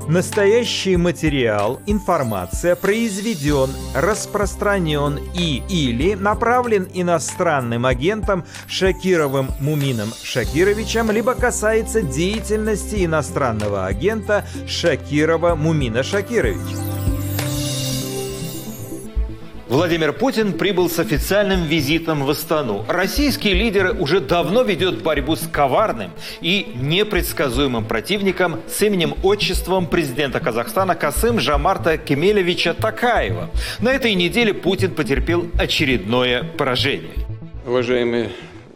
Настоящий материал, информация произведен, распространен или направлен иностранным агентом Шакировым Мумином Шакировичем, либо касается деятельности иностранного агента Шакирова Мумина Шакировича. Владимир Путин прибыл с официальным визитом в Астану. Российский лидер уже давно ведет борьбу с коварным и непредсказуемым противником с именем-отчеством президента Казахстана Касым-Жомарта Кемелевича Токаева. На этой неделе Путин потерпел очередное поражение. Уважаемый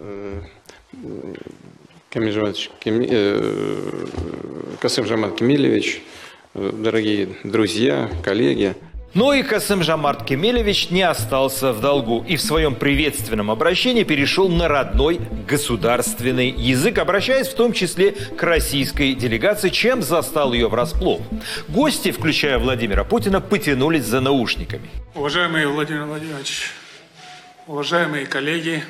Касым-Жомарт Кемелевич, дорогие друзья, коллеги. Но и Касым-Жомарт Кемелевич не остался в долгу и в своем приветственном обращении перешел на родной государственный язык, обращаясь в том числе к российской делегации, чем застал ее врасплох. Гости, включая Владимира Путина, потянулись за наушниками. Уважаемый Владимир Владимирович, уважаемые коллеги,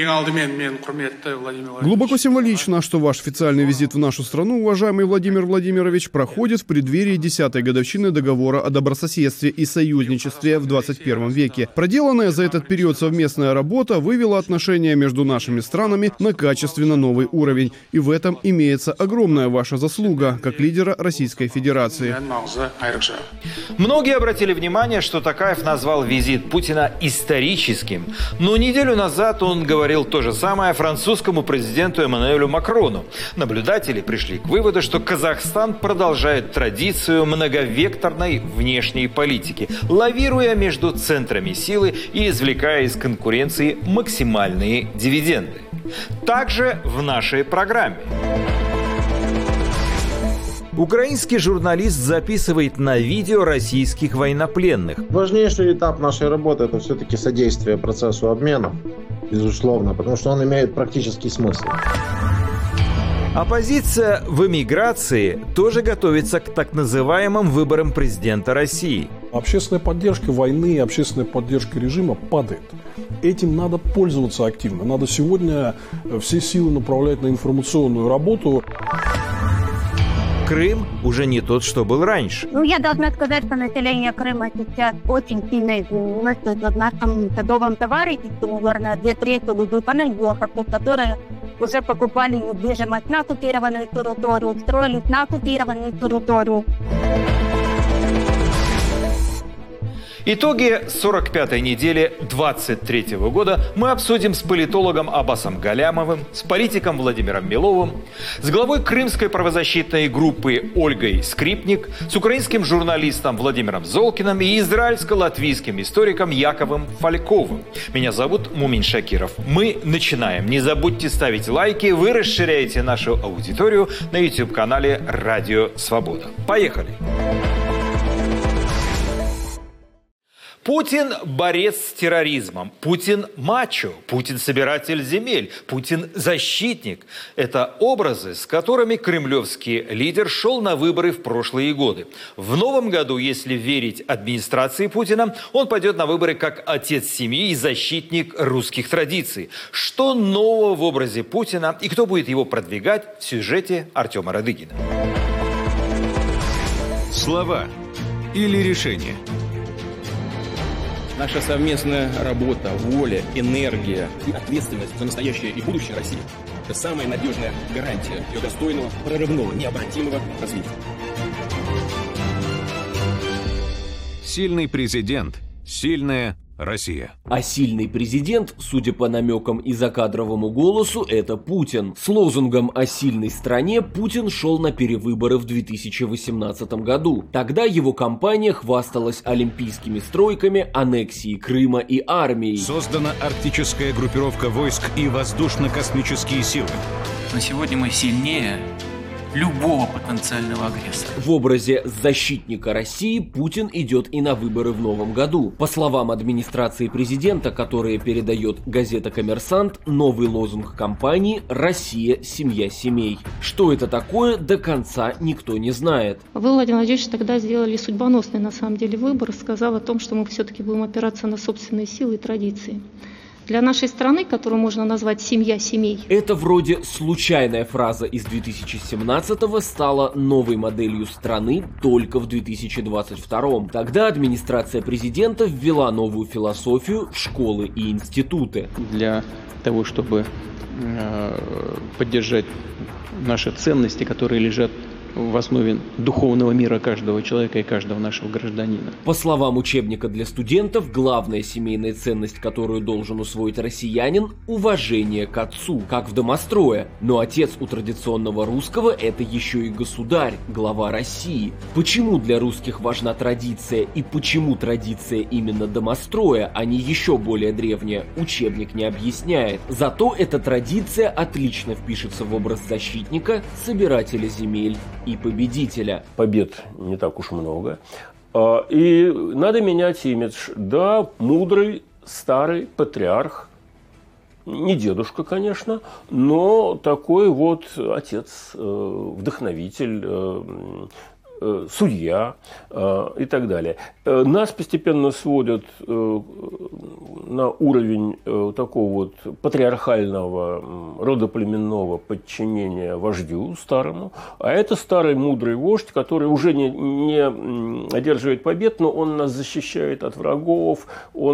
глубоко символично, что ваш официальный визит в нашу страну, уважаемый Владимир Владимирович, проходит в преддверии 10-й годовщины договора о добрососедстве и союзничестве в 21 веке. Проделанная за этот период совместная работа вывела отношения между нашими странами на качественно новый уровень. И в этом имеется огромная ваша заслуга, как лидера Российской Федерации. Многие обратили внимание, что Токаев назвал визит Путина историческим. Но неделю назад он говорил то же самое французскому президенту Эммануэлю Макрону. Наблюдатели пришли к выводу, что Казахстан продолжает традицию многовекторной внешней политики, лавируя между центрами силы и извлекая из конкуренции максимальные дивиденды. Также в нашей программе. Украинский журналист записывает на видео российских военнопленных. Важнейший этап нашей работы – это все-таки содействие процессу обмена, безусловно, потому что он имеет практический смысл. Оппозиция в эмиграции тоже готовится к так называемым выборам президента России. Общественная поддержка войны, общественная поддержка режима падает. Этим надо пользоваться активно. Надо сегодня все силы направлять на информационную работу. Крым уже не тот, что был раньше. Я должна сказать, что население Крыма сейчас очень сильно изменилось. То есть в нашем садовом товариществе, наверное, 2/3 выпадают, которые уже покупали недвижимость на оккупированную территорию, строились на оккупированную территорию. Итоги 45-й недели 23 года мы обсудим с политологом Аббасом Галямовым, с политиком Владимиром Беловым, с главой крымской правозащитной группы Ольгой Скрипник, с украинским журналистом Владимиром Золкиным и израильско-латвийским историком Яковом Фальковым. Меня зовут Мумин Шакиров. Мы начинаем. Не забудьте ставить лайки, вы расширяете нашу аудиторию на YouTube-канале «Радио Свобода». Поехали! Путин – борец с терроризмом, Путин – мачо, Путин – собиратель земель, Путин – защитник. Это образы, с которыми кремлевский лидер шел на выборы в прошлые годы. В новом году, если верить администрации Путина, он пойдет на выборы как отец семьи и защитник русских традиций. Что нового в образе Путина и кто будет его продвигать в сюжете Артема Радыгина? Слова или решения? Наша совместная работа, воля, энергия и ответственность за настоящее и будущее России – это самая надежная гарантия ее достойного, прорывного, необратимого развития. Сильный президент, сильная Россия. А сильный президент, судя по намекам и закадровому голосу, это Путин. С лозунгом о сильной стране Путин шел на перевыборы в 2018 году. Тогда его кампания хвасталась олимпийскими стройками, аннексией Крыма и армией. Создана арктическая группировка войск и воздушно-космические силы. На сегодня мы сильнее любого потенциального агрессора. В образе защитника России Путин идет и на выборы в новом году. По словам администрации президента, которые передает газета «Коммерсант», новый лозунг кампании «Россия – семья семей». Что это такое, до конца никто не знает. Вы, Владимир Владимирович, тогда сделали судьбоносный на самом деле выбор, сказав о том, что мы все-таки будем опираться на собственные силы и традиции. Для нашей страны, которую можно назвать «семья семей». Это вроде случайная фраза из 2017-го стала новой моделью страны только в 2022-м. Тогда администрация президента ввела новую философию в школы и институты. Для того, чтобы поддержать наши ценности, которые лежат в основе духовного мира каждого человека и каждого нашего гражданина. По словам учебника для студентов, главная семейная ценность, которую должен усвоить россиянин – уважение к отцу, как в домострое. Но отец у традиционного русского – это еще и государь, глава России. Почему для русских важна традиция и почему традиция именно домостроя, а не еще более древняя, учебник не объясняет. Зато эта традиция отлично впишется в образ защитника, собирателя земель и победителя. Побед не так уж много. И надо менять имидж. Да, мудрый старый патриарх, не дедушка, конечно, но такой вот отец, вдохновитель, судья и так далее. Нас постепенно сводят на уровень такого вот патриархального родоплеменного подчинения вождю старому. А это старый мудрый вождь, который уже не одерживает побед, но он нас защищает от врагов,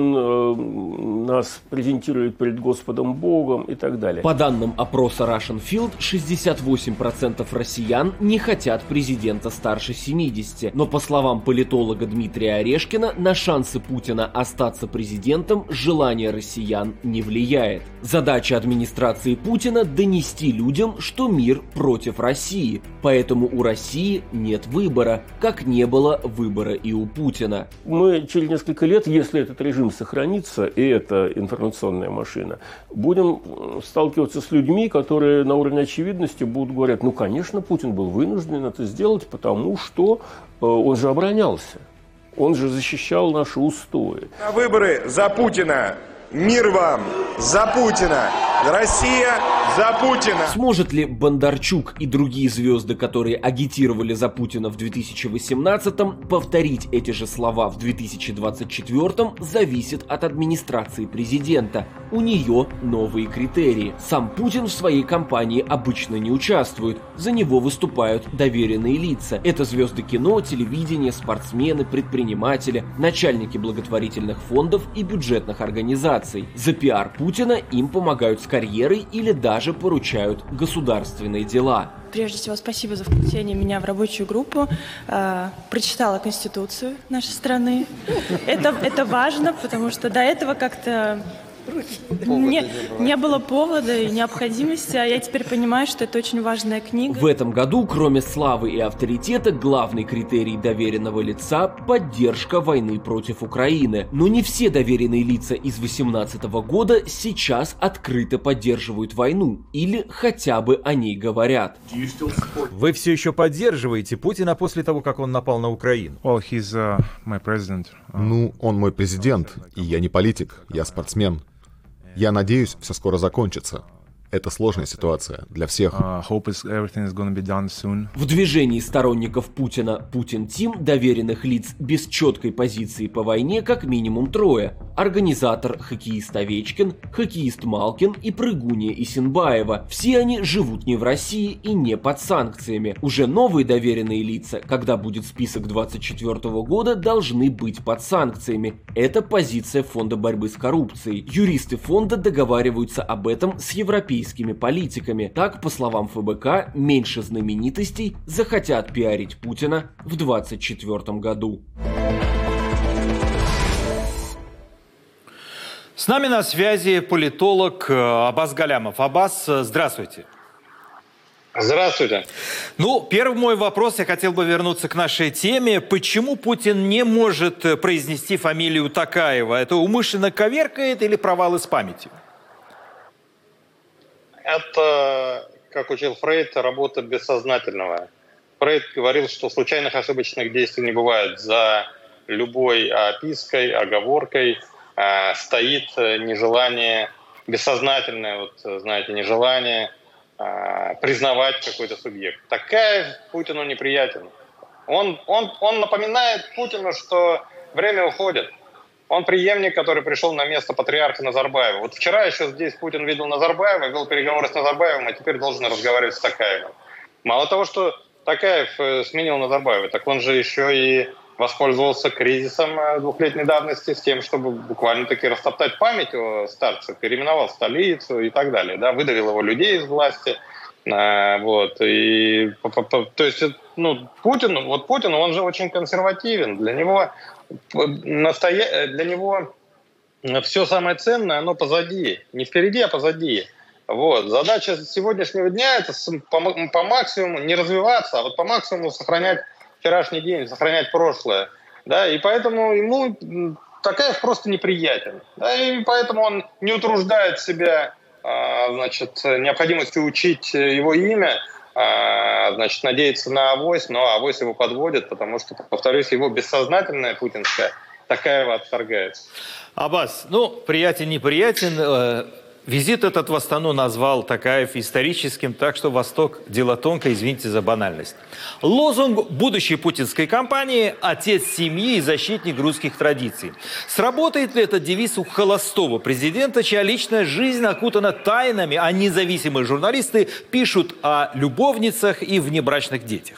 он нас презентирует перед Господом Богом и так далее. По данным опроса Russian Field, 68% россиян не хотят президента старше 70. Но по словам политолога Дмитрия Орешкина, на шансы Путина остаться президентом желание россиян не влияет. Задача администрации Путина – донести людям, что мир против России. Поэтому у России нет выбора, как не было выбора и у Путина. Мы через несколько лет, если этот режим сохранится, и эта информационная машина, будем сталкиваться с людьми, которые на уровне очевидности будут говорить: ну, конечно, Путин был вынужден это сделать, потому что он же оборонялся, он же защищал наши устои. На выборы за Путина! Мир вам! За Путина! Россия за Путина! Сможет ли Бондарчук и другие звезды, которые агитировали за Путина в 2018-м, повторить эти же слова в 2024-м, зависит от администрации президента. У нее новые критерии. Сам Путин в своей кампании обычно не участвует. За него выступают доверенные лица. Это звезды кино, телевидения, спортсмены, предприниматели, начальники благотворительных фондов и бюджетных организаций. За пиар Путина им помогают с карьерой или даже поручают государственные дела. Прежде всего, спасибо за включение меня в рабочую группу. Прочитала Конституцию нашей страны. Это важно, потому что до этого как-то не было повода и необходимости, а я теперь понимаю, что это очень важная книга. В этом году, кроме славы и авторитета, главный критерий доверенного лица – поддержка войны против Украины. Но не все доверенные лица из 2018 года сейчас открыто поддерживают войну или хотя бы о ней говорят. Вы все еще поддерживаете Путина после того, как он напал на Украину? Ну, он мой президент, и я не политик, я спортсмен. Я надеюсь, все скоро закончится. Это сложная ситуация для всех. В движении сторонников Путина «Путин Тим» доверенных лиц без четкой позиции по войне как минимум трое. Организатор хоккеист Овечкин, хоккеист Малкин и прыгунья Исенбаева. Все они живут не в России и не под санкциями. Уже новые доверенные лица, когда будет список 2024 года, должны быть под санкциями. Это позиция Фонда борьбы с коррупцией. Юристы фонда договариваются об этом с европейскими политиками. Так, по словам ФБК, меньше знаменитостей захотят пиарить Путина в 2024 году. С нами на связи политолог Аббас Галямов. Аббас, здравствуйте. Здравствуйте. Ну, первый мой вопрос, я хотел бы вернуться к нашей теме. Почему Путин не может произнести фамилию Токаева? Это умышленно коверкает или провал из памяти? Это, как учил Фрейд, работа бессознательного. Фрейд говорил, что случайных ошибочных действий не бывает. За любой опиской, оговоркой стоит нежелание, бессознательное, вот знаете, нежелание признавать какой-то субъект. Токаев Путину неприятен. Он напоминает Путину, что время уходит. Он преемник, который пришел на место патриарха Назарбаева. Вот вчера еще здесь Путин видел Назарбаева, вел переговоры с Назарбаевым, а теперь должен разговаривать с Токаевым. Мало того, что Токаев сменил Назарбаева, так он же еще и воспользовался кризисом двухлетней давности с тем, чтобы буквально-таки растоптать память о старце, переименовал столицу и так далее, да, выдавил его людей из власти. Вот. И, то есть, ну, Путин, он же очень консервативен. Для него все самое ценное, оно позади. Не впереди, а позади. Вот. Задача сегодняшнего дня – это по максимуму не развиваться, а вот по максимуму сохранять вчерашний день, сохранять прошлое. Да? И поэтому ему Токаев просто неприятен. Да? И поэтому он не утруждает себя необходимостью учить его имя, надеяться на авось, но авось его подводит, потому что, повторюсь, его бессознательная путинская Токаева отторгает. Аббас, приятен, неприятен. Визит этот в Астану назвал Токаев историческим, так что Восток – дело тонкое, извините за банальность. Лозунг будущей путинской кампании – отец семьи и защитник русских традиций. Сработает ли этот девиз у холостого президента, чья личная жизнь окутана тайнами, а независимые журналисты пишут о любовницах и внебрачных детях?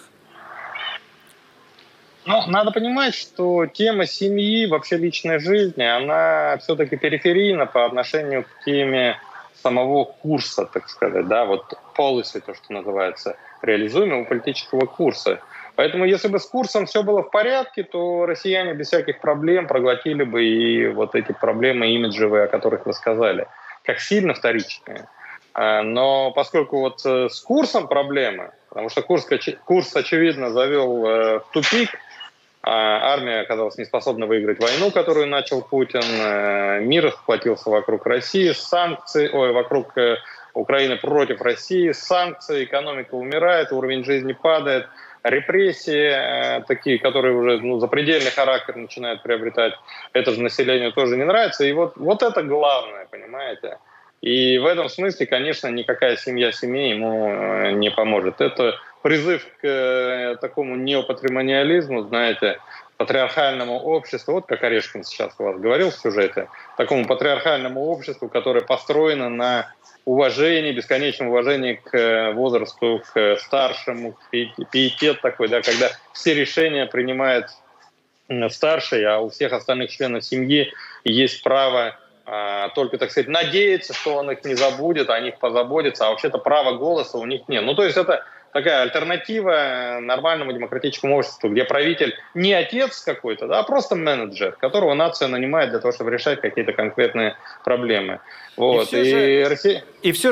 Надо понимать, что тема семьи, вообще личной жизни, она все-таки периферийна по отношению к теме самого курса, так сказать, да, вот policy, то, что называется, реализуемого политического курса. Поэтому если бы с курсом все было в порядке, то россияне без всяких проблем проглотили бы и вот эти проблемы имиджевые, о которых вы сказали, как сильно вторичные. Но поскольку вот с курсом проблемы, потому что курс очевидно, завел в тупик, армия оказалась не способна выиграть войну, которую начал Путин. Мир схватился вокруг России, вокруг Украины против России, санкции, экономика умирает, уровень жизни падает, репрессии такие, которые уже запредельный характер начинают приобретать. Это же населению тоже не нравится. И вот это главное, понимаете? И в этом смысле, конечно, никакая семья семей ему не поможет. Это призыв к такому неопатримониализму, знаете, патриархальному обществу, вот как Орешкин сейчас у вас говорил в сюжете, такому патриархальному обществу, которое построено на уважении, бесконечном уважении к возрасту, к старшему, пиетет такой, да, когда все решения принимает старший, а у всех остальных членов семьи есть право только, так сказать, надеяться, что он их не забудет, о них позаботится, а вообще-то права голоса у них нет. То есть это такая альтернатива нормальному демократическому обществу, где правитель не отец какой-то, да, а просто менеджер, которого нация нанимает для того, чтобы решать какие-то конкретные проблемы. Вот. И все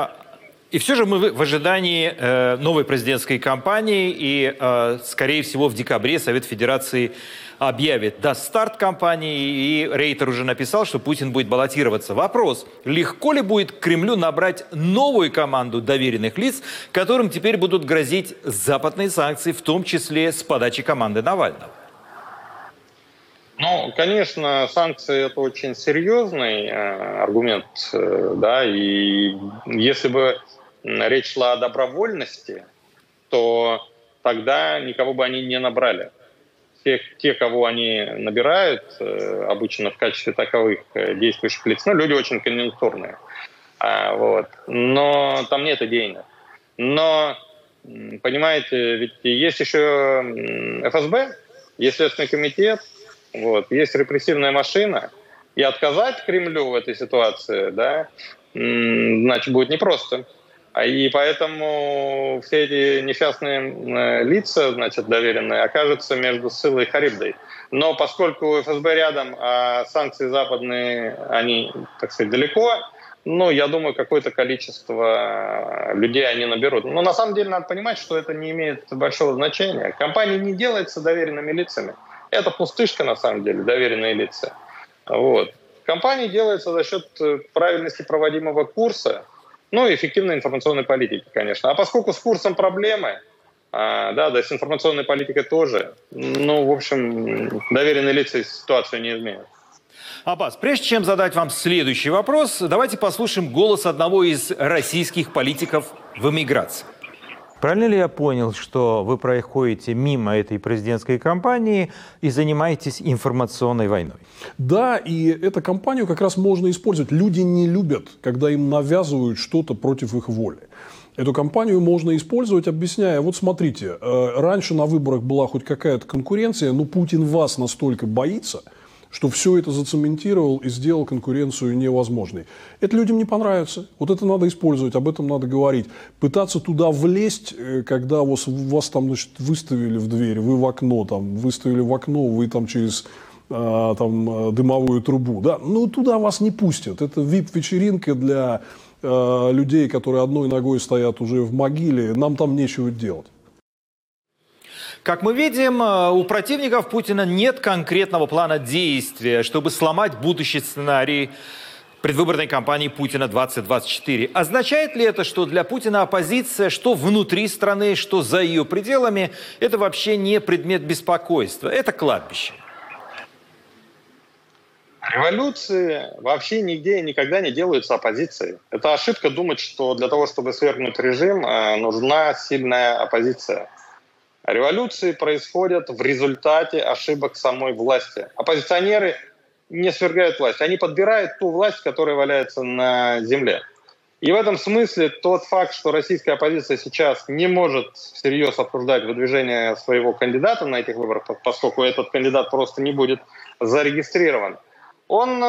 же мы в ожидании новой президентской кампании, и, скорее всего, в декабре Совет Федерации даст старт кампании, и Рейтер уже написал, что Путин будет баллотироваться. Вопрос, легко ли будет Кремлю набрать новую команду доверенных лиц, которым теперь будут грозить западные санкции, в том числе с подачи команды Навального? Конечно, санкции – это очень серьезный аргумент, да, и если бы речь шла о добровольности, то тогда никого бы они не набрали. Те, кого они набирают, обычно в качестве таковых действующих лиц, люди очень конъюнктурные. Вот. Но там нет идейных. Но, понимаете, ведь есть еще ФСБ, есть Следственный комитет, вот, есть репрессивная машина, и отказать Кремлю в этой ситуации, да, значит, будет непросто. И поэтому все эти несчастные лица, значит, доверенные, окажутся между Сциллой и Харибдой. Но поскольку ФСБ рядом, а санкции западные, они, так сказать, далеко, я думаю, какое-то количество людей они наберут. Но на самом деле надо понимать, что это не имеет большого значения. Компания не делается доверенными лицами. Это пустышка, на самом деле, доверенные лица. Вот. Компания делается за счет правильности проводимого курса, и эффективной информационной политики, конечно. А поскольку с курсом проблемы, да, с информационной политикой тоже, в общем, доверенные лица ситуацию не изменят. Аббас, прежде чем задать вам следующий вопрос, давайте послушаем голос одного из российских политиков в эмиграции. Правильно ли я понял, что вы проходите мимо этой президентской кампании и занимаетесь информационной войной? Да, и эту кампанию как раз можно использовать. Люди не любят, когда им навязывают что-то против их воли. Эту кампанию можно использовать, объясняя, вот смотрите, раньше на выборах была хоть какая-то конкуренция, но Путин вас настолько боится, что все это зацементировал и сделал конкуренцию невозможной. Это людям не понравится. Вот это надо использовать, об этом надо говорить. Пытаться туда влезть, когда вас там, значит, выставили в дверь, вы в окно, там, выставили в окно, вы там через дымовую трубу. Да? Ну, туда вас не пустят. Это VIP-вечеринка для людей, которые одной ногой стоят уже в могиле. Нам там нечего делать. Как мы видим, у противников Путина нет конкретного плана действия, чтобы сломать будущий сценарий предвыборной кампании Путина 2024. Означает ли это, что для Путина оппозиция, что внутри страны, что за ее пределами, это вообще не предмет беспокойства, это кладбище? Революции вообще нигде и никогда не делаются оппозицией. Это ошибка думать, что для того, чтобы свергнуть режим, нужна сильная оппозиция. Революции происходят в результате ошибок самой власти. Оппозиционеры не свергают власть, они подбирают ту власть, которая валяется на земле. И в этом смысле тот факт, что российская оппозиция сейчас не может всерьез обсуждать выдвижение своего кандидата на этих выборах, поскольку этот кандидат просто не будет зарегистрирован, он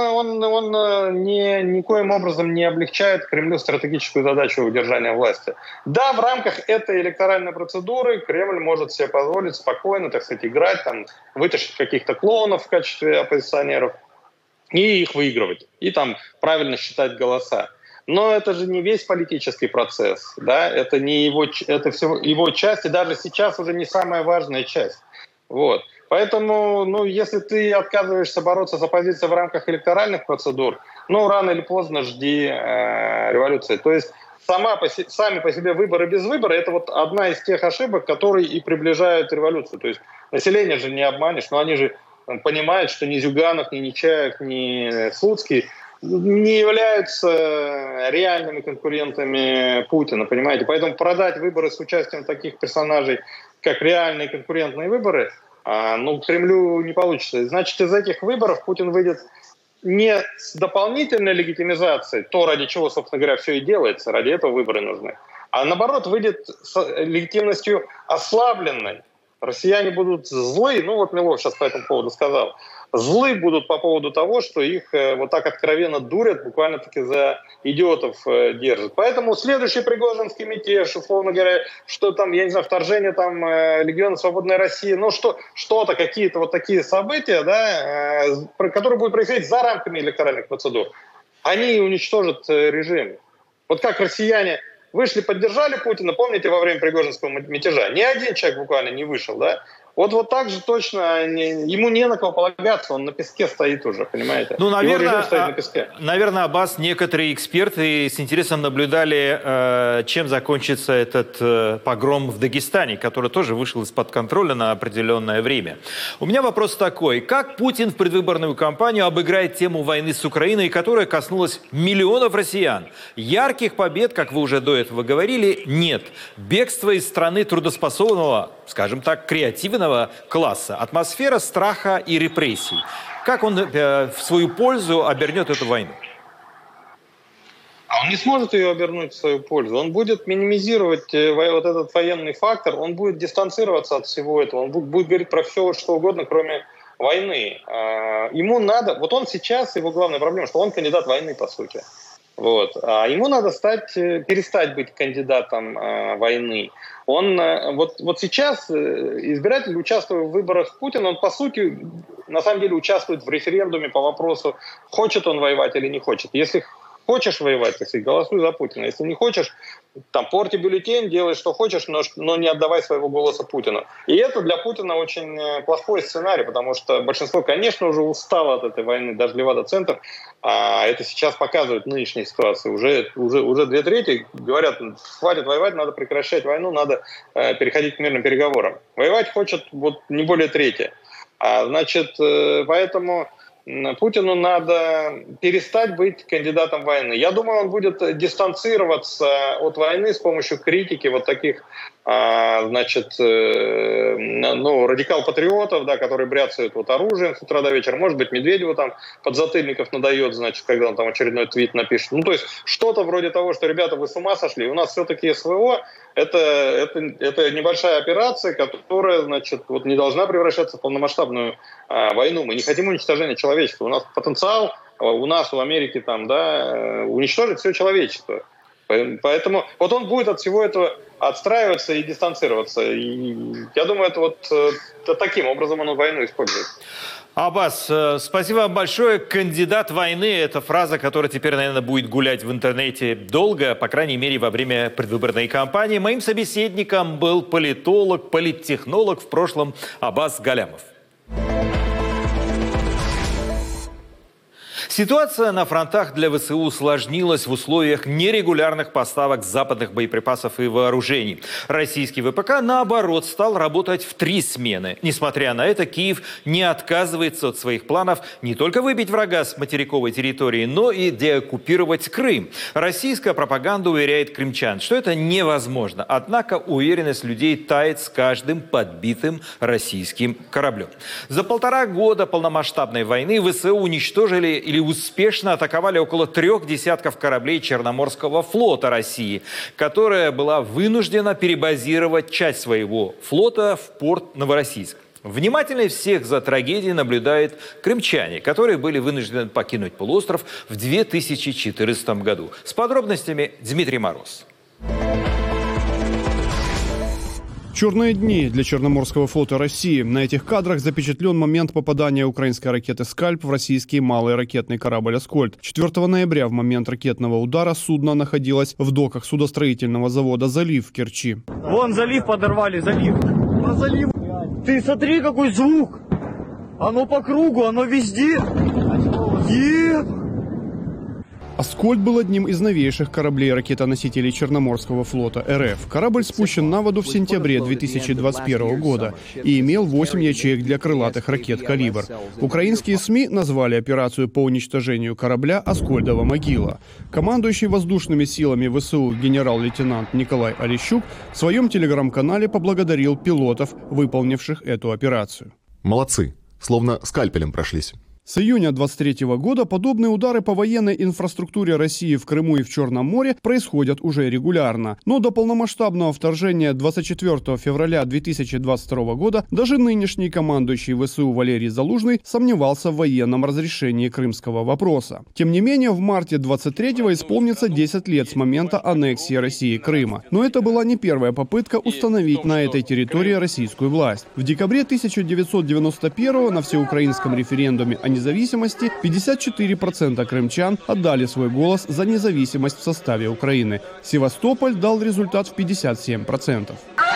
никоим образом не облегчает Кремлю стратегическую задачу удержания власти. Да, в рамках этой электоральной процедуры Кремль может себе позволить спокойно, так сказать, играть, там, вытащить каких-то клоунов в качестве оппозиционеров и их выигрывать, и там правильно считать голоса. Но это же не весь политический процесс, да? Это не его, это все его часть, и даже сейчас уже не самая важная часть. Вот. Поэтому, если ты отказываешься бороться с оппозицией в рамках электоральных процедур, рано или поздно жди революции. То есть сами по себе выборы без выбора – это вот одна из тех ошибок, которые и приближают революцию. То есть население же не обманешь, но они же понимают, что ни Зюганов, ни Нечаев, ни Слуцкий не являются реальными конкурентами Путина, понимаете? Поэтому продать выборы с участием таких персонажей, как реальные конкурентные выборы, Кремлю не получится. Значит, из этих выборов Путин выйдет не с дополнительной легитимизацией, то, ради чего, собственно говоря, все и делается, ради этого выборы нужны, а наоборот выйдет с легитимностью ослабленной. Россияне будут злы, вот Милов сейчас по этому поводу сказал, злы будут по поводу того, что их вот так откровенно дурят, буквально-таки за идиотов держат. Поэтому следующий Пригожинский мятеж, условно говоря, что там, я не знаю, вторжение там Легиона Свободной России, что-то, какие-то вот такие события, да, которые будут происходить за рамками электоральных процедур, они уничтожат режим. Вот как россияне вышли, поддержали Путина, помните, во время Пригожинского мятежа? Ни один человек буквально не вышел, да? Вот так же точно, ему не на кого полагаться, он на песке стоит уже, понимаете? Наверное, стоит на песке. Наверное, Аббас, некоторые эксперты с интересом наблюдали, чем закончится этот погром в Дагестане, который тоже вышел из-под контроля на определенное время. У меня вопрос такой. Как Путин в предвыборную кампанию обыграет тему войны с Украиной, которая коснулась миллионов россиян? Ярких побед, как вы уже до этого говорили, нет. Бегство из страны трудоспособного, скажем так, креативного класса, атмосфера страха и репрессий. Как он в свою пользу обернет эту войну? Он не сможет ее обернуть в свою пользу. Он будет минимизировать вот этот военный фактор, он будет дистанцироваться от всего этого, он будет говорить про все, что угодно, кроме войны. Ему надо, вот он сейчас, его главная проблема, что он кандидат войны, по сути. Вот. А ему надо перестать быть кандидатом войны. Вот сейчас избиратель, участвуя в выборах Путина, он по сути, на самом деле, участвует в референдуме по вопросу, хочет он воевать или не хочет. Если хочешь воевать, так сказать, голосуй за Путина. Если не хочешь, порти бюллетень, делай, что хочешь, но не отдавай своего голоса Путину. И это для Путина очень плохой сценарий, потому что большинство, конечно, уже устало от этой войны, даже Левада-центр, а это сейчас показывает нынешняя ситуация. Уже 2/3 говорят, хватит воевать, надо прекращать войну, надо переходить к мирным переговорам. Воевать хочет не более трети. Поэтому Путину надо перестать быть кандидатом войны. Я думаю, он будет дистанцироваться от войны с помощью критики вот таких, радикал-патриотов, да, которые бряцают вот оружием с утра до вечера. Может быть, Медведеву там подзатыльников надает, значит, когда он там очередной твит напишет. Ну, то есть что-то вроде того, что, ребята, вы с ума сошли, у нас все-таки СВО это небольшая операция, которая, значит, вот не должна превращаться в полномасштабную войну. Мы не хотим уничтожения человечества. У нас потенциал, у нас, у Америки там, да, уничтожить все человечество. Поэтому вот он будет от всего этого отстраиваться и дистанцироваться. И я думаю, это вот таким образом он войну использует. Аббас, спасибо вам большое. Кандидат войны – это фраза, которая теперь, наверное, будет гулять в интернете долго, по крайней мере, во время предвыборной кампании. Моим собеседником был политолог, политтехнолог в прошлом Аббас Галямов. Ситуация на фронтах для ВСУ усложнилась в условиях нерегулярных поставок западных боеприпасов и вооружений. Российский ВПК, наоборот, стал работать в 3 смены. Несмотря на это, Киев не отказывается от своих планов не только выбить врага с материковой территории, но и деоккупировать Крым. Российская пропаганда уверяет крымчан, что это невозможно. Однако уверенность людей тает с каждым подбитым российским кораблем. За 1,5 года полномасштабной войны ВСУ уничтожили или успешно атаковали около 3 десятков кораблей Черноморского флота России, которая была вынуждена перебазировать часть своего флота в порт Новороссийск. Внимательнее всех за трагедией наблюдают крымчане, которые были вынуждены покинуть полуостров в 2014 году. С подробностями Дмитрий Мороз. Черные дни для Черноморского флота России. На этих кадрах запечатлен момент попадания украинской ракеты «Скальп» в российский малый ракетный корабль «Аскольд». 4 ноября в момент ракетного удара судно находилось в доках судостроительного завода «Залив» в Керчи. Вон залив подорвали, залив. По заливу. Ты смотри, какой звук. Оно по кругу, оно везде. Нет. «Аскольд» был одним из новейших кораблей-ракетоносителей Черноморского флота РФ. Корабль спущен на воду в сентябре 2021 года и имел 8 ячеек для крылатых ракет «Калибр». Украинские СМИ назвали операцию по уничтожению корабля «Аскольдова могила». Командующий воздушными силами ВСУ генерал-лейтенант Николай Олещук в своем телеграм-канале поблагодарил пилотов, выполнивших эту операцию. Молодцы, словно скальпелем прошлись. С июня 2023 года подобные удары по военной инфраструктуре России в Крыму и в Черном море происходят уже регулярно. Но до полномасштабного вторжения 24 февраля 2022 года даже нынешний командующий ВСУ Валерий Залужный сомневался в военном разрешении крымского вопроса. Тем не менее, в марте 23-го исполнится 10 лет с момента аннексии России Крыма. Но это была не первая попытка установить на этой территории российскую власть. В декабре 1991-го на всеукраинском референдуме о независимости 54% крымчан отдали свой голос за независимость в составе Украины. Севастополь дал результат в 57%.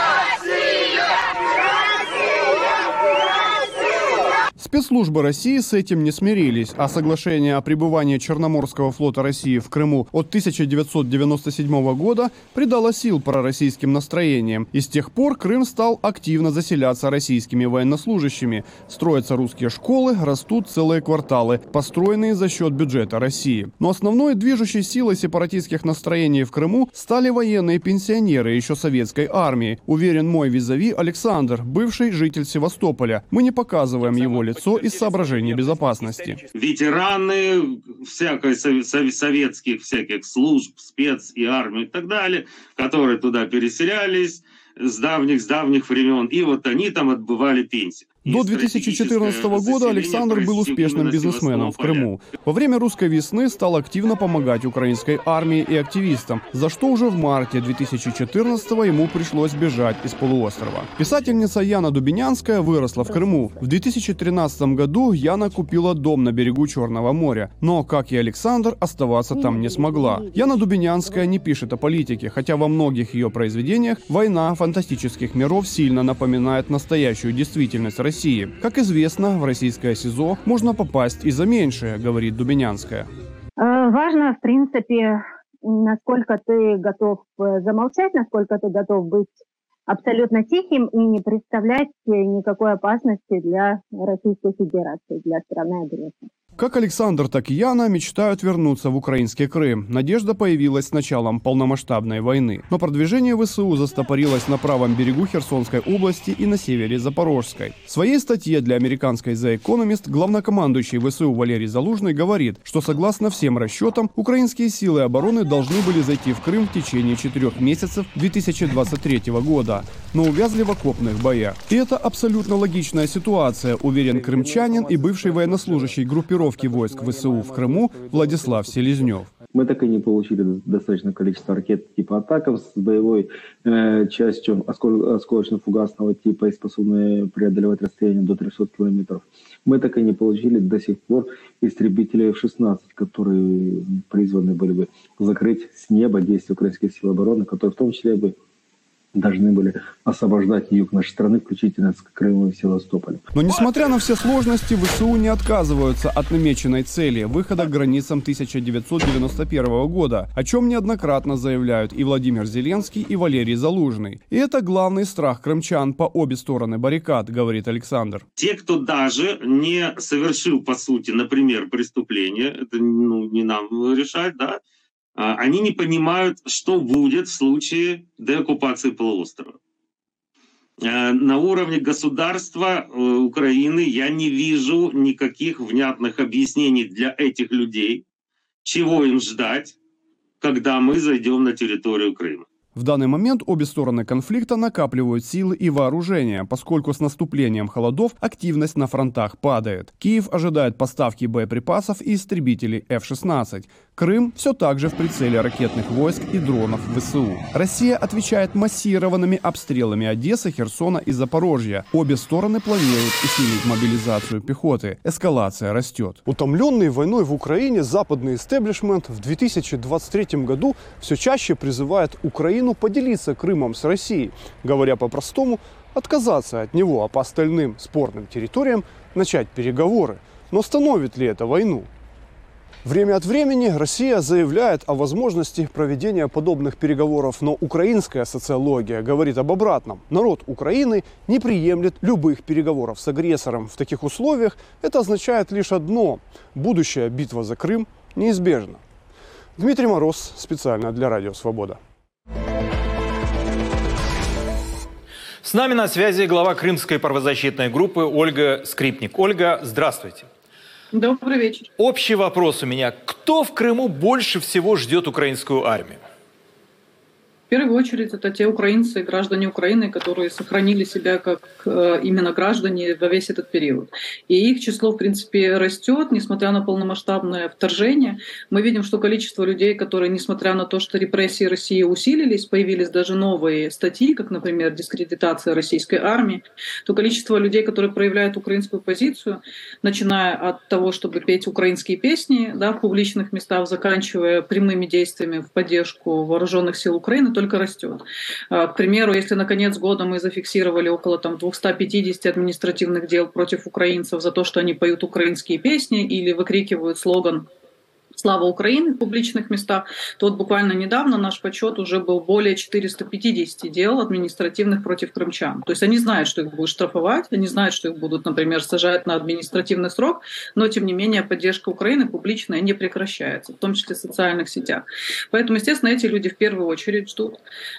Спецслужбы России с этим не смирились, а соглашение о пребывании Черноморского флота России в Крыму от 1997 года придало сил пророссийским настроениям. И с тех пор Крым стал активно заселяться российскими военнослужащими. Строятся русские школы, растут целые кварталы, построенные за счет бюджета России. Но основной движущей силой сепаратистских настроений в Крыму стали военные пенсионеры еще советской армии. Уверен мой визави Александр, бывший житель Севастополя. Мы не показываем его лицо из соображений безопасности. Ветераны всякой советских всяких служб, спец и армии и так далее, которые туда переселялись с давних времен, и вот они там отбывали пенсию. До 2014 года Александр был успешным бизнесменом в Крыму. Во время русской весны стал активно помогать украинской армии и активистам, за что уже в марте 2014 ему пришлось бежать из полуострова. Писательница Яна Дубинянская выросла в Крыму. В 2013 году Яна купила дом на берегу Черного моря, но, как и Александр, оставаться там не смогла. Яна Дубинянская не пишет о политике, хотя во многих ее произведениях война фантастических миров сильно напоминает настоящую действительность России. Как известно, в российское СИЗО можно попасть и за меньшее, говорит Дубинянская. Важно, в принципе, насколько ты готов замолчать, насколько ты готов быть абсолютно тихим и не представлять никакой опасности для Российской Федерации, для страны-агрессора. Как Александр, так и Яна мечтают вернуться в украинский Крым. Надежда появилась с началом полномасштабной войны. Но продвижение ВСУ застопорилось на правом берегу Херсонской области и на севере Запорожской. В своей статье для американской The Economist главнокомандующий ВСУ Валерий Залужный говорит, что согласно всем расчетам, украинские силы обороны должны были зайти в Крым в течение 4 месяцев 2023 года, но увязли в окопных боях. И это абсолютно логичная ситуация, уверен крымчанин и бывший военнослужащий группировки войск ВСУ в Крыму Владислав Селезнев. Мы так и не получили достаточное количество ракет типа «Атаков» с боевой частью осколочно-фугасного типа и способные преодолевать расстояние до 300 километров. Мы так и не получили до сих пор истребители F-16, которые призваны были бы закрыть с неба действия украинских сил обороны, которые в том числе бы должны были освобождать юг нашей страны, включительно с Крымом и Севастополем. Но несмотря на все сложности, ВСУ не отказываются от намеченной цели – выхода к границам 1991 года, о чем неоднократно заявляют и Владимир Зеленский, и Валерий Залужный. И это главный страх крымчан по обе стороны баррикад, говорит Александр. Те, кто даже не совершил, по сути, например, преступление, это не нам решать, да, они не понимают, что будет в случае деоккупации полуострова. На уровне государства Украины я не вижу никаких внятных объяснений для этих людей, чего им ждать, когда мы зайдем на территорию Крыма. В данный момент обе стороны конфликта накапливают силы и вооружения, поскольку с наступлением холодов активность на фронтах падает. Киев ожидает поставки боеприпасов и истребителей F-16. Крым все так же в прицеле ракетных войск и дронов ВСУ. Россия отвечает массированными обстрелами Одессы, Херсона и Запорожья. Обе стороны планируют усилить мобилизацию пехоты. Эскалация растет. Утомленный войной в Украине, западный истеблишмент в 2023 году все чаще призывает Украину поделиться Крымом с Россией. Говоря по-простому, отказаться от него, а по остальным спорным территориям начать переговоры. Но остановит ли это войну? Время от времени Россия заявляет о возможности проведения подобных переговоров, но украинская социология говорит об обратном. Народ Украины не приемлет любых переговоров с агрессором. В таких условиях это означает лишь одно – будущая битва за Крым неизбежна. Дмитрий Мороз, специально для Радио Свобода. С нами на связи глава Крымской правозащитной группы Ольга Скрипник. Ольга, здравствуйте. Добрый вечер. Общий вопрос у меня. Кто в Крыму больше всего ждет украинскую армию? В первую очередь это те украинцы, граждане Украины, которые сохранили себя как именно граждане во весь этот период. И их число, в принципе, растет, несмотря на полномасштабное вторжение. Мы видим, что количество людей, которые, несмотря на то, что репрессии России усилились, появились даже новые статьи, как, например, дискредитация российской армии, то количество людей, которые проявляют украинскую позицию, начиная от того, чтобы петь украинские песни, да, в публичных местах, заканчивая прямыми действиями в поддержку вооруженных сил Украины, только растет. К примеру, если на конец года мы зафиксировали около 250 административных дел против украинцев за то, что они поют украинские песни или выкрикивают слоган «Слава Украине» в публичных местах, то вот буквально недавно наш подсчет уже был более 450 дел административных против крымчан. То есть они знают, что их будут штрафовать, они знают, что их будут, например, сажать на административный срок, но тем не менее поддержка Украины публичная не прекращается, в том числе в социальных сетях. Поэтому, естественно, эти люди в первую очередь ждут.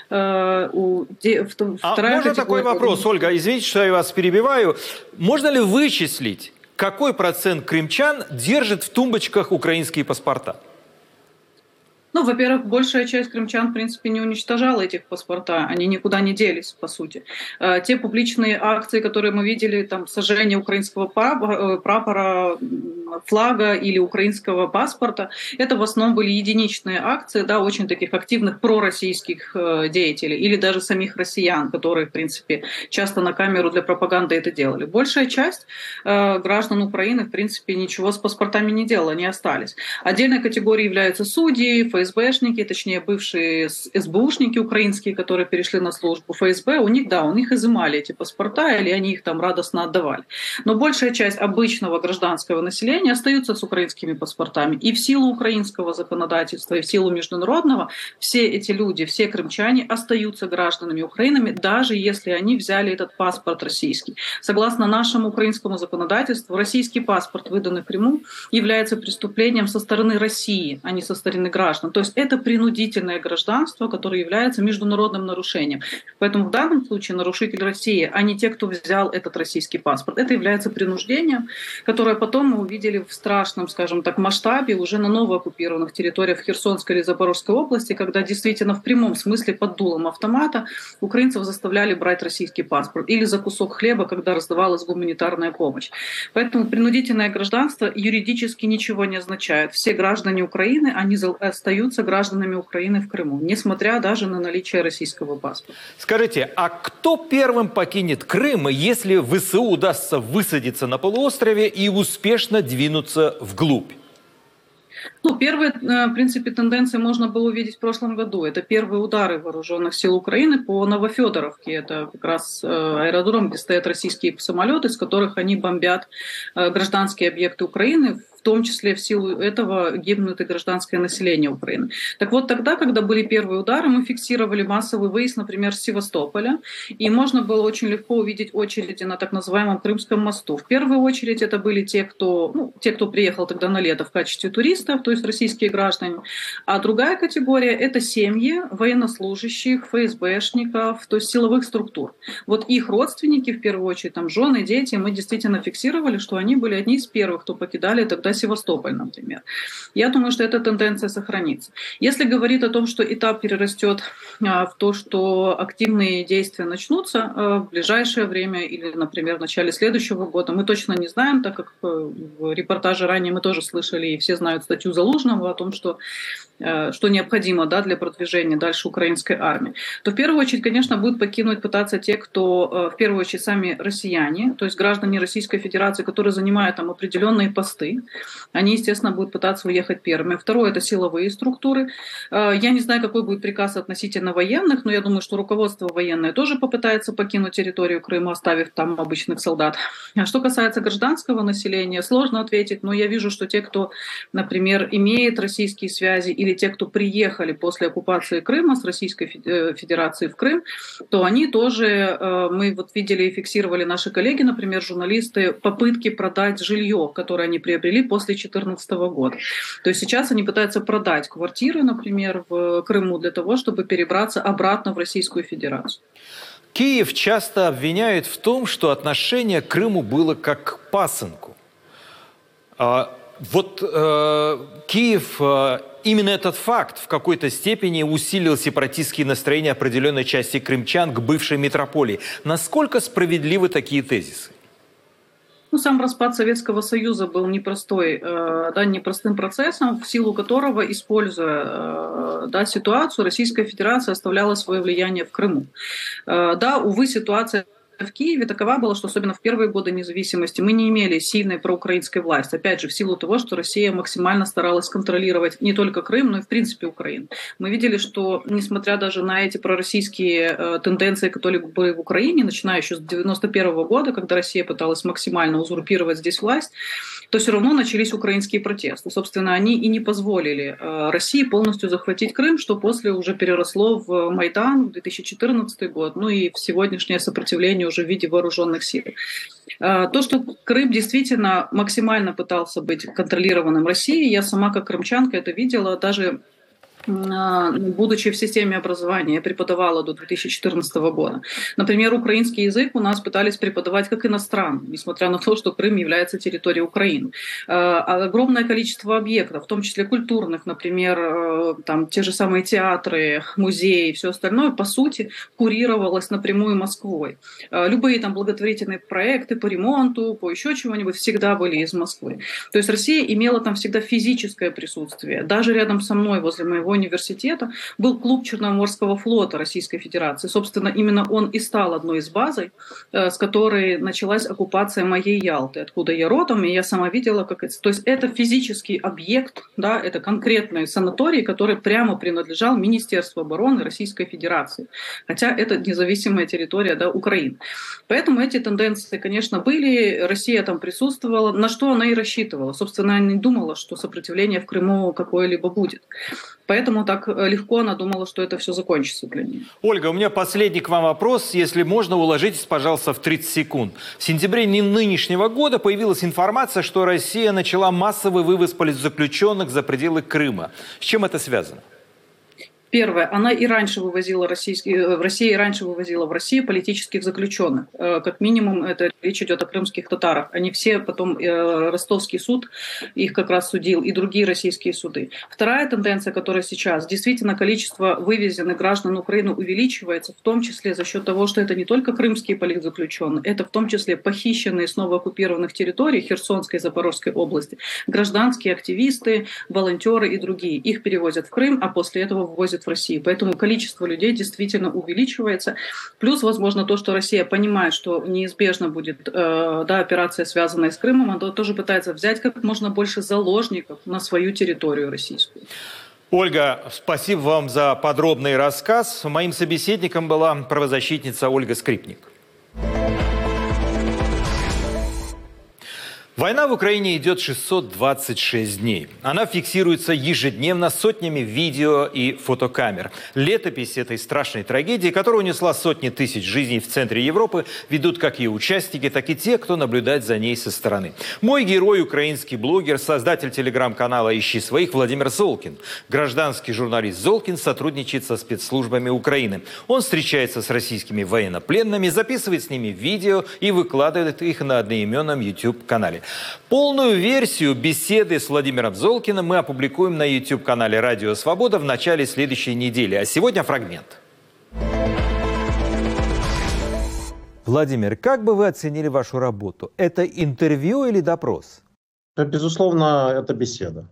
Можно такой вопрос, Ольга, извините, что я вас перебиваю. Можно ли вычислить, какой процент крымчан держит в тумбочках украинские паспорта? Ну, во-первых, большая часть крымчан, в принципе, не уничтожала этих паспорта, они никуда не делись, по сути. Те публичные акции, которые мы видели, там, сожжение украинского прапора, флага или украинского паспорта, это в основном были единичные акции, да, очень таких активных пророссийских деятелей или даже самих россиян, которые, в принципе, часто на камеру для пропаганды это делали. Большая часть граждан Украины, в принципе, ничего с паспортами не делала, они остались. Отдельной категорией являются судьи, ФСБшники, точнее бывшие СБУшники украинские, которые перешли на службу ФСБ, у них изымали эти паспорта или они их там радостно отдавали. Но большая часть обычного гражданского населения, нарушений, остаются с украинскими паспортами. И в силу украинского законодательства, и в силу международного, все эти люди, все крымчане остаются гражданами Украины, даже если они взяли этот паспорт российский. Согласно нашему украинскому законодательству, российский паспорт, выданный в Крыму, является преступлением со стороны России, а не со стороны граждан. То есть это принудительное гражданство, которое является международным нарушением. Поэтому в данном случае нарушитель России, а не те, кто взял этот российский паспорт. Это является принуждением, которое потом мы увидели в страшном, скажем так, масштабе уже на новооккупированных территориях Херсонской или Запорожской области, когда действительно в прямом смысле под дулом автомата украинцев заставляли брать российский паспорт или за кусок хлеба, когда раздавалась гуманитарная помощь. Поэтому принудительное гражданство юридически ничего не означает. Все граждане Украины, они остаются гражданами Украины в Крыму, несмотря даже на наличие российского паспорта. Скажите, а кто первым покинет Крым, если ВСУ удастся высадиться на полуострове и успешно двинуться вглубь? Ну, первые, в принципе, тенденции можно было увидеть в прошлом году. Это первые удары вооруженных сил Украины по Новофедоровке. Это как раз аэродром, где стоят российские самолеты, с которых они бомбят гражданские объекты Украины. В том числе в силу этого гибнут и гражданское население Украины. Так вот, тогда, когда были первые удары, мы фиксировали массовый выезд, например, с Севастополя, и можно было очень легко увидеть очереди на так называемом Крымском мосту. В первую очередь это были те, кто приехал тогда на лето в качестве туристов, то есть российские граждане. А другая категория – это семьи военнослужащих, ФСБшников, то есть силовых структур. Вот их родственники, в первую очередь, там, жены, дети, мы действительно фиксировали, что они были одни из первых, кто покидали тогда Севастополь, например. Я думаю, что эта тенденция сохранится. Если говорить о том, что этап перерастет в то, что активные действия начнутся в ближайшее время или, например, в начале следующего года, мы точно не знаем, так как в репортаже ранее мы тоже слышали, и все знают статью Залужного о том, что необходимо, да, для продвижения дальше украинской армии, то в первую очередь, конечно, будут пытаться те, кто в первую очередь сами россияне, то есть граждане Российской Федерации, которые занимают там определенные посты, они, естественно, будут пытаться уехать первыми. Второе – это силовые структуры. Я не знаю, какой будет приказ относительно военных, но я думаю, что руководство военное тоже попытается покинуть территорию Крыма, оставив там обычных солдат. А что касается гражданского населения, сложно ответить, но я вижу, что те, кто, например, имеет российские связи, или те, кто приехали после оккупации Крыма с Российской Федерации в Крым, то они тоже, мы вот видели и фиксировали наши коллеги, например, журналисты, попытки продать жилье, которое они приобрели после 2014 года. То есть сейчас они пытаются продать квартиры, например, в Крыму для того, чтобы перебраться обратно в Российскую Федерацию. Киев часто обвиняет в том, что отношение к Крыму было как к пасынку. Киев, именно этот факт в какой-то степени усилил сепаратистские настроения определенной части крымчан к бывшей метрополии. Насколько справедливы такие тезисы? Сам распад Советского Союза был непростым процессом, в силу которого, используя ситуацию, Российская Федерация оставляла свое влияние в Крыму. Увы, ситуация в Киеве такова была, что особенно в первые годы независимости мы не имели сильной проукраинской власти. Опять же, в силу того, что Россия максимально старалась контролировать не только Крым, но и в принципе Украину. Мы видели, что несмотря даже на эти пророссийские тенденции, которые были в Украине, начиная еще с 1991 года, когда Россия пыталась максимально узурпировать здесь власть, то все равно начались украинские протесты. Собственно, они и не позволили России полностью захватить Крым, что после уже переросло в Майдан в 2014 год, и в сегодняшнее сопротивление уже в виде вооруженных сил. То, что Крым действительно максимально пытался быть контролированным Россией, я сама как крымчанка это видела, даже будучи в системе образования, я преподавала до 2014 года. Например, украинский язык у нас пытались преподавать как иностранный, несмотря на то, что Крым является территорией Украины. Огромное количество объектов, в том числе культурных, например, там те же самые театры, музеи и все остальное, по сути, курировалось напрямую Москвой. Любые там благотворительные проекты по ремонту, по еще чего-нибудь всегда были из Москвы. То есть Россия имела там всегда физическое присутствие. Даже рядом со мной, возле моего университета был клуб Черноморского флота Российской Федерации. Собственно, именно он и стал одной из базой, с которой началась оккупация моей Ялты, откуда я родом, и я сама видела, как это... То есть это физический объект, да, это конкретный санаторий, который прямо принадлежал Министерству обороны Российской Федерации. Хотя это независимая территория, да, Украины. Поэтому эти тенденции, конечно, были, Россия там присутствовала, на что она и рассчитывала. Собственно, она не думала, что сопротивление в Крыму какое-либо будет. Поэтому так легко она думала, что это все закончится для нее. Ольга, у меня последний к вам вопрос. Если можно, уложитесь, пожалуйста, в 30 секунд. В сентябре нынешнего года появилась информация, что Россия начала массовый вывоз политзаключенных за пределы Крыма. С чем это связано? Первое, она и раньше вывозила Россия и раньше вывозила в Россию политических заключенных. Как минимум, это речь идет о крымских татарах. Они все потом, Ростовский суд их как раз судил, и другие российские суды. Вторая тенденция, которая сейчас, действительно, количество вывезенных граждан Украины увеличивается, в том числе за счет того, что это не только крымские политзаключенные, это в том числе похищенные с новооккупированных территорий Херсонской и Запорожской области, гражданские активисты, волонтеры и другие. Их перевозят в Крым, а после этого вывозят в России. Поэтому количество людей действительно увеличивается. Плюс, возможно, то, что Россия понимает, что неизбежно будет операция, связанная с Крымом, она тоже пытается взять как можно больше заложников на свою территорию российскую. Ольга, спасибо вам за подробный рассказ. Моим собеседником была правозащитница Ольга Скрипник. Война в Украине идет 626 дней. Она фиксируется ежедневно сотнями видео и фотокамер. Летопись этой страшной трагедии, которая унесла сотни тысяч жизней в центре Европы, ведут как ее участники, так и те, кто наблюдает за ней со стороны. Мой герой – украинский блогер, создатель телеграм-канала «Ищи своих» Владимир Золкин. Гражданский журналист Золкин сотрудничает со спецслужбами Украины. Он встречается с российскими военнопленными, записывает с ними видео и выкладывает их на одноименном YouTube-канале. Полную версию беседы с Владимиром Золкиным мы опубликуем на YouTube-канале «Радио Свобода» в начале следующей недели. А сегодня фрагмент. Владимир, как бы вы оценили вашу работу? Это интервью или допрос? Безусловно, это беседа.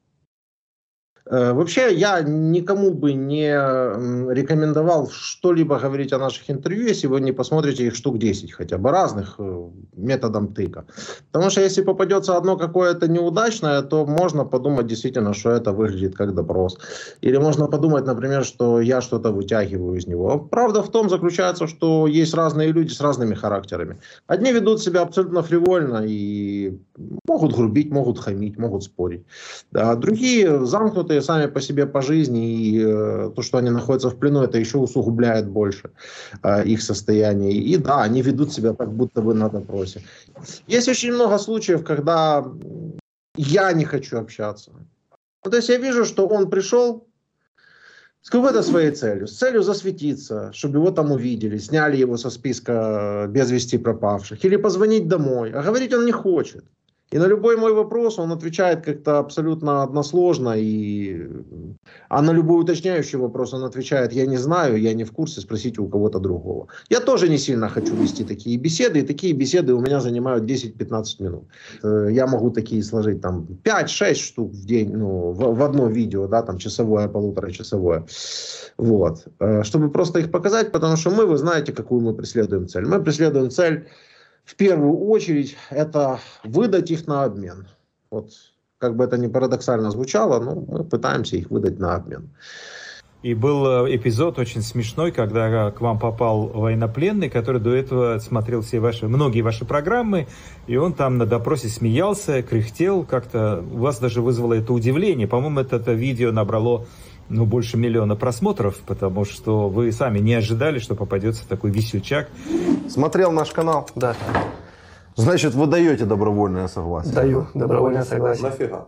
Вообще, я никому бы не рекомендовал что-либо говорить о наших интервью, если вы не посмотрите их штук 10 хотя бы разных методом тыка. Потому что если попадется одно какое-то неудачное, то можно подумать действительно, что это выглядит как допрос. Или можно подумать, например, что я что-то вытягиваю из него. Правда в том заключается, что есть разные люди с разными характерами. Одни ведут себя абсолютно фривольно и могут грубить, могут хамить, могут спорить. А другие замкнутые сами по себе по жизни, и то, что они находятся в плену, это еще усугубляет больше их состояние. И да, они ведут себя как будто бы на допросе. Есть очень много случаев, когда я не хочу общаться. То есть я вижу, что он пришел с какой-то своей целью. С целью засветиться, чтобы его там увидели, сняли его со списка без вести пропавших. Или позвонить домой. А говорить он не хочет. И на любой мой вопрос он отвечает как-то абсолютно односложно. А на любой уточняющий вопрос он отвечает: я не знаю, я не в курсе, спросите у кого-то другого. Я тоже не сильно хочу вести такие беседы. И такие беседы у меня занимают 10-15 минут. Я могу такие сложить там 5-6 штук в день, ну, в одно видео, да, там часовое, полуторачасовое. Вот. Чтобы просто их показать, потому что вы знаете, какую мы преследуем цель. Мы преследуем цель, в первую очередь, это выдать их на обмен. Вот, как бы это ни парадоксально звучало, но мы пытаемся их выдать на обмен. И был эпизод очень смешной, когда к вам попал военнопленный, который до этого смотрел многие ваши программы, и он там на допросе смеялся, кряхтел, как-то у вас даже вызвало это удивление. По-моему, это видео набрало больше 1 миллиона просмотров, потому что вы сами не ожидали, что попадется такой весельчак. Смотрел наш канал? Да. Значит, вы даете добровольное согласие? Даю добровольное согласие. Нафига?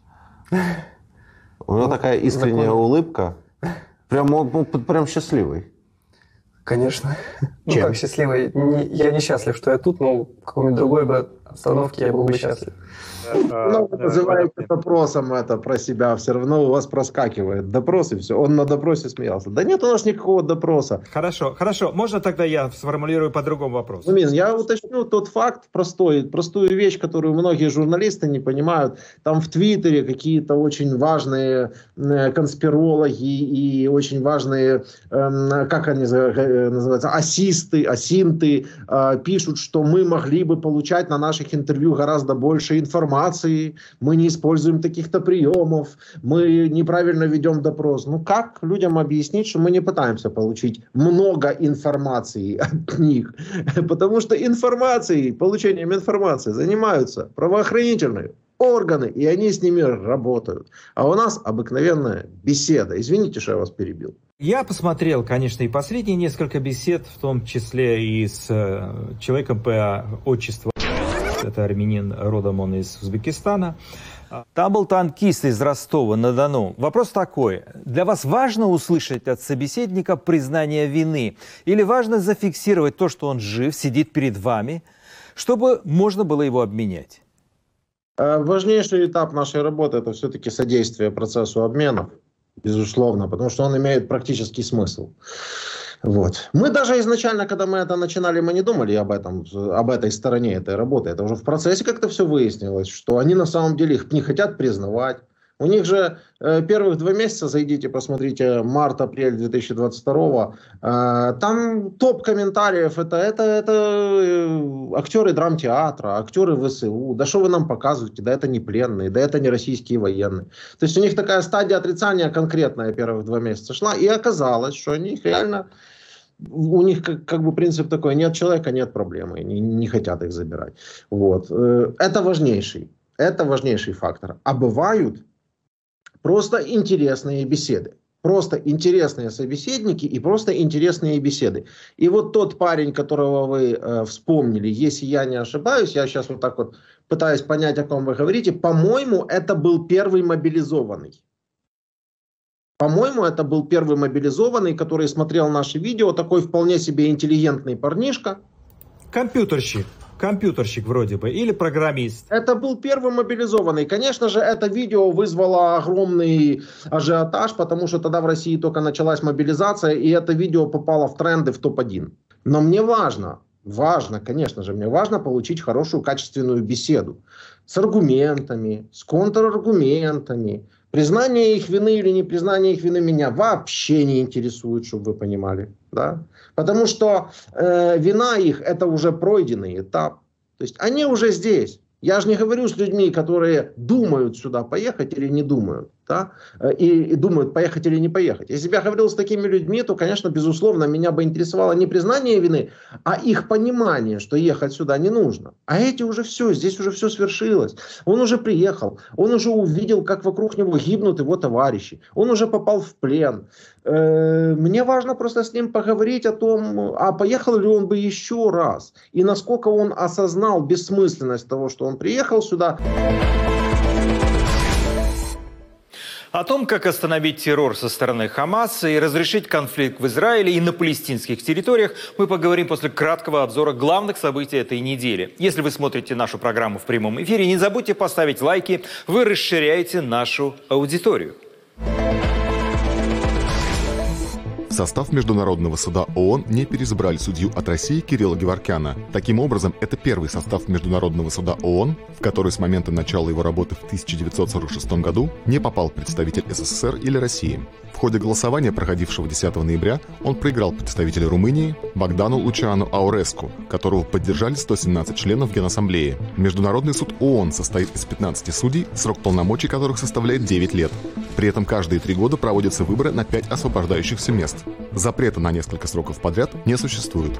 У него такая искренняя улыбка. Прям счастливый. Конечно. Ну как счастливый? Я не счастлив, что я тут, но какой-нибудь другой бы обстановке я был бы счастлив. Вы называете допросом это про себя, все равно у вас проскакивает допрос и все. Он на допросе смеялся. Да нет у нас никакого допроса. Хорошо. Можно тогда я сформулирую по другому вопросу? Я уточню тот факт простую вещь, которую многие журналисты не понимают. Там в Твиттере какие-то очень важные конспирологи и очень важные, как они называются, асинты пишут, что мы могли бы получать на наших интервью гораздо больше информации, мы не используем таких-то приемов, мы неправильно ведем допрос. Как людям объяснить, что мы не пытаемся получить много информации от них? Потому что получением информации занимаются правоохранительные органы, и они с ними работают. А у нас обыкновенная беседа. Извините, что я вас перебил. Я посмотрел, конечно, и последние несколько бесед, в том числе и с человеком по отчеству. Это армянин, родом он из Узбекистана. Там был танкист из Ростова-на-Дону. Вопрос такой. Для вас важно услышать от собеседника признание вины? Или важно зафиксировать то, что он жив, сидит перед вами, чтобы можно было его обменять? Важнейший этап нашей работы – это все-таки содействие процессу обменов, безусловно, потому что он имеет практический смысл. Мы даже изначально, когда мы это начинали, мы не думали об этой стороне этой работы. Это уже в процессе как-то все выяснилось, что они на самом деле их не хотят признавать. У них же первых 2 месяца, зайдите, посмотрите, март-апрель 2022, там топ комментариев, это актеры драмтеатра, актеры ВСУ, да что вы нам показываете, да это не пленные, да это не российские военные. То есть у них такая стадия отрицания конкретная первых 2 месяца шла, и оказалось, что они реально... У них как бы принцип такой: нет человека, нет проблемы, не хотят их забирать. Это важнейший фактор. А бывают просто интересные беседы. Просто интересные собеседники и просто интересные беседы. И вот тот парень, которого вы вспомнили, если я не ошибаюсь, я сейчас вот так вот пытаюсь понять, о ком вы говорите, по-моему, это был первый мобилизованный. По-моему, это был первый мобилизованный, который смотрел наши видео, такой вполне себе интеллигентный парнишка. Компьютерщик вроде бы, или программист. Это был первый мобилизованный. Конечно же, это видео вызвало огромный ажиотаж, потому что тогда в России только началась мобилизация, и это видео попало в тренды в топ-1. Но мне важно, конечно же, мне важно получить хорошую, качественную беседу. С аргументами, с контраргументами. Признание их вины или не признание их вины меня вообще не интересует, чтобы вы понимали. Да? Потому что вина их – это уже пройденный этап. То есть они уже здесь. Я же не говорю с людьми, которые думают сюда поехать или не думают. Да? И думают, поехать или не поехать. Если бы я говорил с такими людьми, то, конечно, безусловно, меня бы интересовало не признание вины, а их понимание, что ехать сюда не нужно. А эти уже все, здесь уже все свершилось. Он уже приехал, он уже увидел, как вокруг него гибнут его товарищи. Он уже попал в плен. Мне важно просто с ним поговорить о том, а поехал ли он бы еще раз. И насколько он осознал бессмысленность того, что он приехал сюда. О том, как остановить террор со стороны Хамаса и разрешить конфликт в Израиле и на палестинских территориях, мы поговорим после краткого обзора главных событий этой недели. Если вы смотрите нашу программу в прямом эфире, не забудьте поставить лайки, вы расширяете нашу аудиторию. В состав Международного суда ООН не переизбрали судью от России Кирилла Геворкяна. Таким образом, это первый состав Международного суда ООН, в который с момента начала его работы в 1946 году не попал представитель СССР или России. В ходе голосования, проходившего 10 ноября, он проиграл представителю Румынии Богдану Лучану Ауреску, которого поддержали 117 членов Генассамблеи. Международный суд ООН состоит из 15 судей, срок полномочий которых составляет 9 лет. При этом каждые 3 года проводятся выборы на 5 освобождающихся мест. Запрета на несколько сроков подряд не существует.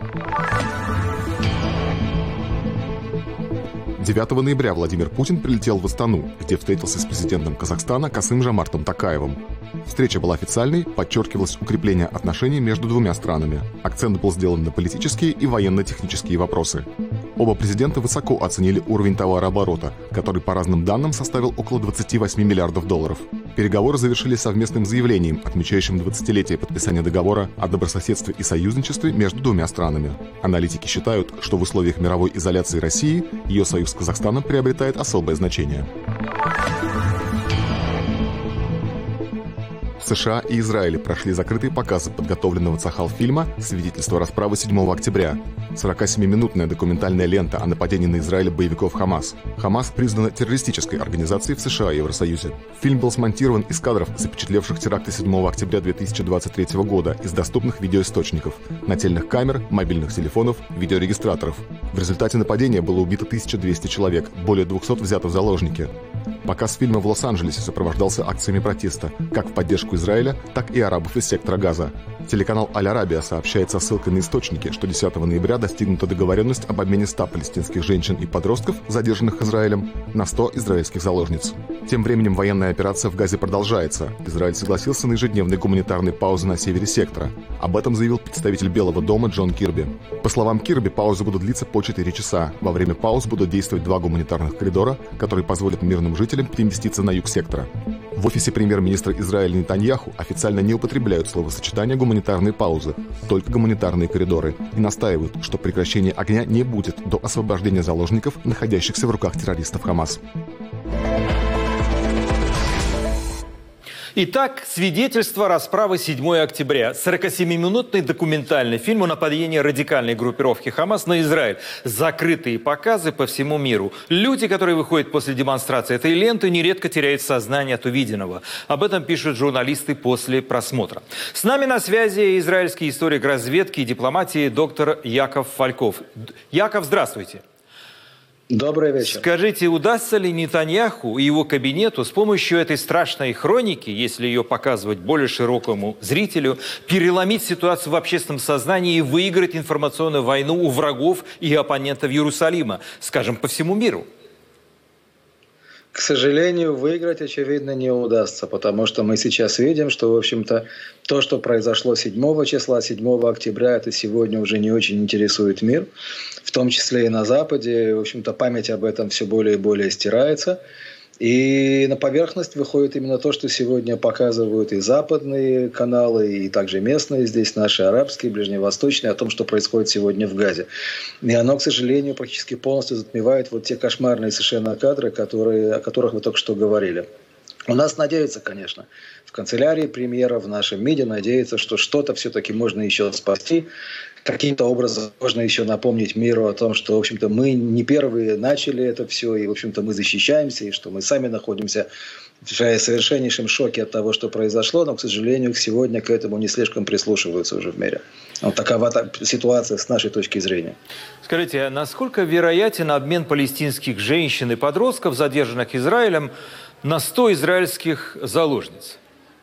9 ноября Владимир Путин прилетел в Астану, где встретился с президентом Казахстана Касым-Жомартом Токаевым. Встреча была официальной, подчеркивалось укрепление отношений между двумя странами. Акцент был сделан на политические и военно-технические вопросы. Оба президента высоко оценили уровень товарооборота, который по разным данным составил около $28 миллиардов. Переговоры завершились совместным заявлением, отмечающим 20-летие подписания договора о добрососедстве и союзничестве между двумя странами. Аналитики считают, что в условиях мировой изоляции России ее союз с Казахстаном приобретает особое значение. В США и Израиле прошли закрытые показы подготовленного Цахал-фильма «Свидетельство расправы 7 октября». 47-минутная документальная лента о нападении на Израиль боевиков Хамас. Хамас признана террористической организацией в США и Евросоюзе. Фильм был смонтирован из кадров, запечатлевших теракты 7 октября 2023 года из доступных видеоисточников, нательных камер, мобильных телефонов, видеорегистраторов. В результате нападения было убито 1200 человек, более 200 взято в заложники. Показ фильма в Лос-Анджелесе сопровождался акциями протеста, как в поддержку Израиля, так и арабов из сектора Газа. Телеканал «Аль-Арабия» сообщает со ссылкой на источники, что 10 ноября достигнута договоренность об обмене 100 палестинских женщин и подростков, задержанных Израилем, на 100 израильских заложниц. Тем временем военная операция в Газе продолжается. Израиль согласился на ежедневные гуманитарные паузы на севере сектора. Об этом заявил представитель Белого дома Джон Кирби. По словам Кирби, паузы будут длиться по 4 часа. Во время пауз будут действовать 2 гуманитарных коридора, которые позволят мирным жителям переместиться на юг сектора. В офисе премьер-министра Израиля Нетаньяху официально не употребляют словосочетание «гуманитарные паузы», только гуманитарные коридоры, и настаивают, что прекращения огня не будет до освобождения заложников, находящихся в руках террористов Хамас. Итак, свидетельство расправы 7 октября. 47-минутный документальный фильм о нападении радикальной группировки Хамас на Израиль. Закрытые показы по всему миру. Люди, которые выходят после демонстрации этой ленты, нередко теряют сознание от увиденного. Об этом пишут журналисты после просмотра. С нами на связи израильский историк разведки и дипломатии доктор Яков Фальков. Яков, здравствуйте. Добрый вечер. Скажите, удастся ли Нетаньяху и его кабинету с помощью этой страшной хроники, если ее показывать более широкому зрителю, переломить ситуацию в общественном сознании и выиграть информационную войну у врагов и оппонентов Иерусалима, скажем, по всему миру? К сожалению, выиграть, очевидно, не удастся, потому что мы сейчас видим, что, в общем-то, то, что произошло 7 числа, 7 октября, это сегодня уже не очень интересует мир, в том числе и на Западе. В общем-то, память об этом все более и более стирается. И на поверхность выходит именно то, что сегодня показывают и западные каналы, и также местные здесь, наши арабские, ближневосточные, о том, что происходит сегодня в Газе. И оно, к сожалению, практически полностью затмевает вот те кошмарные совершенно кадры, о которых вы только что говорили. У нас надеются, конечно, в канцелярии премьера, в нашем МИДе надеются, что что-то все-таки можно еще спасти. Каким-то образом можно еще напомнить миру о том, что, в общем-то, мы не первые начали это все, и, в общем-то, мы защищаемся, и что мы сами находимся в совершеннейшем шоке от того, что произошло, но, к сожалению, сегодня к этому не слишком прислушиваются уже в мире. Вот такова ситуация с нашей точки зрения. Скажите, а насколько вероятен обмен палестинских женщин и подростков, задержанных Израилем, на 100 израильских заложниц?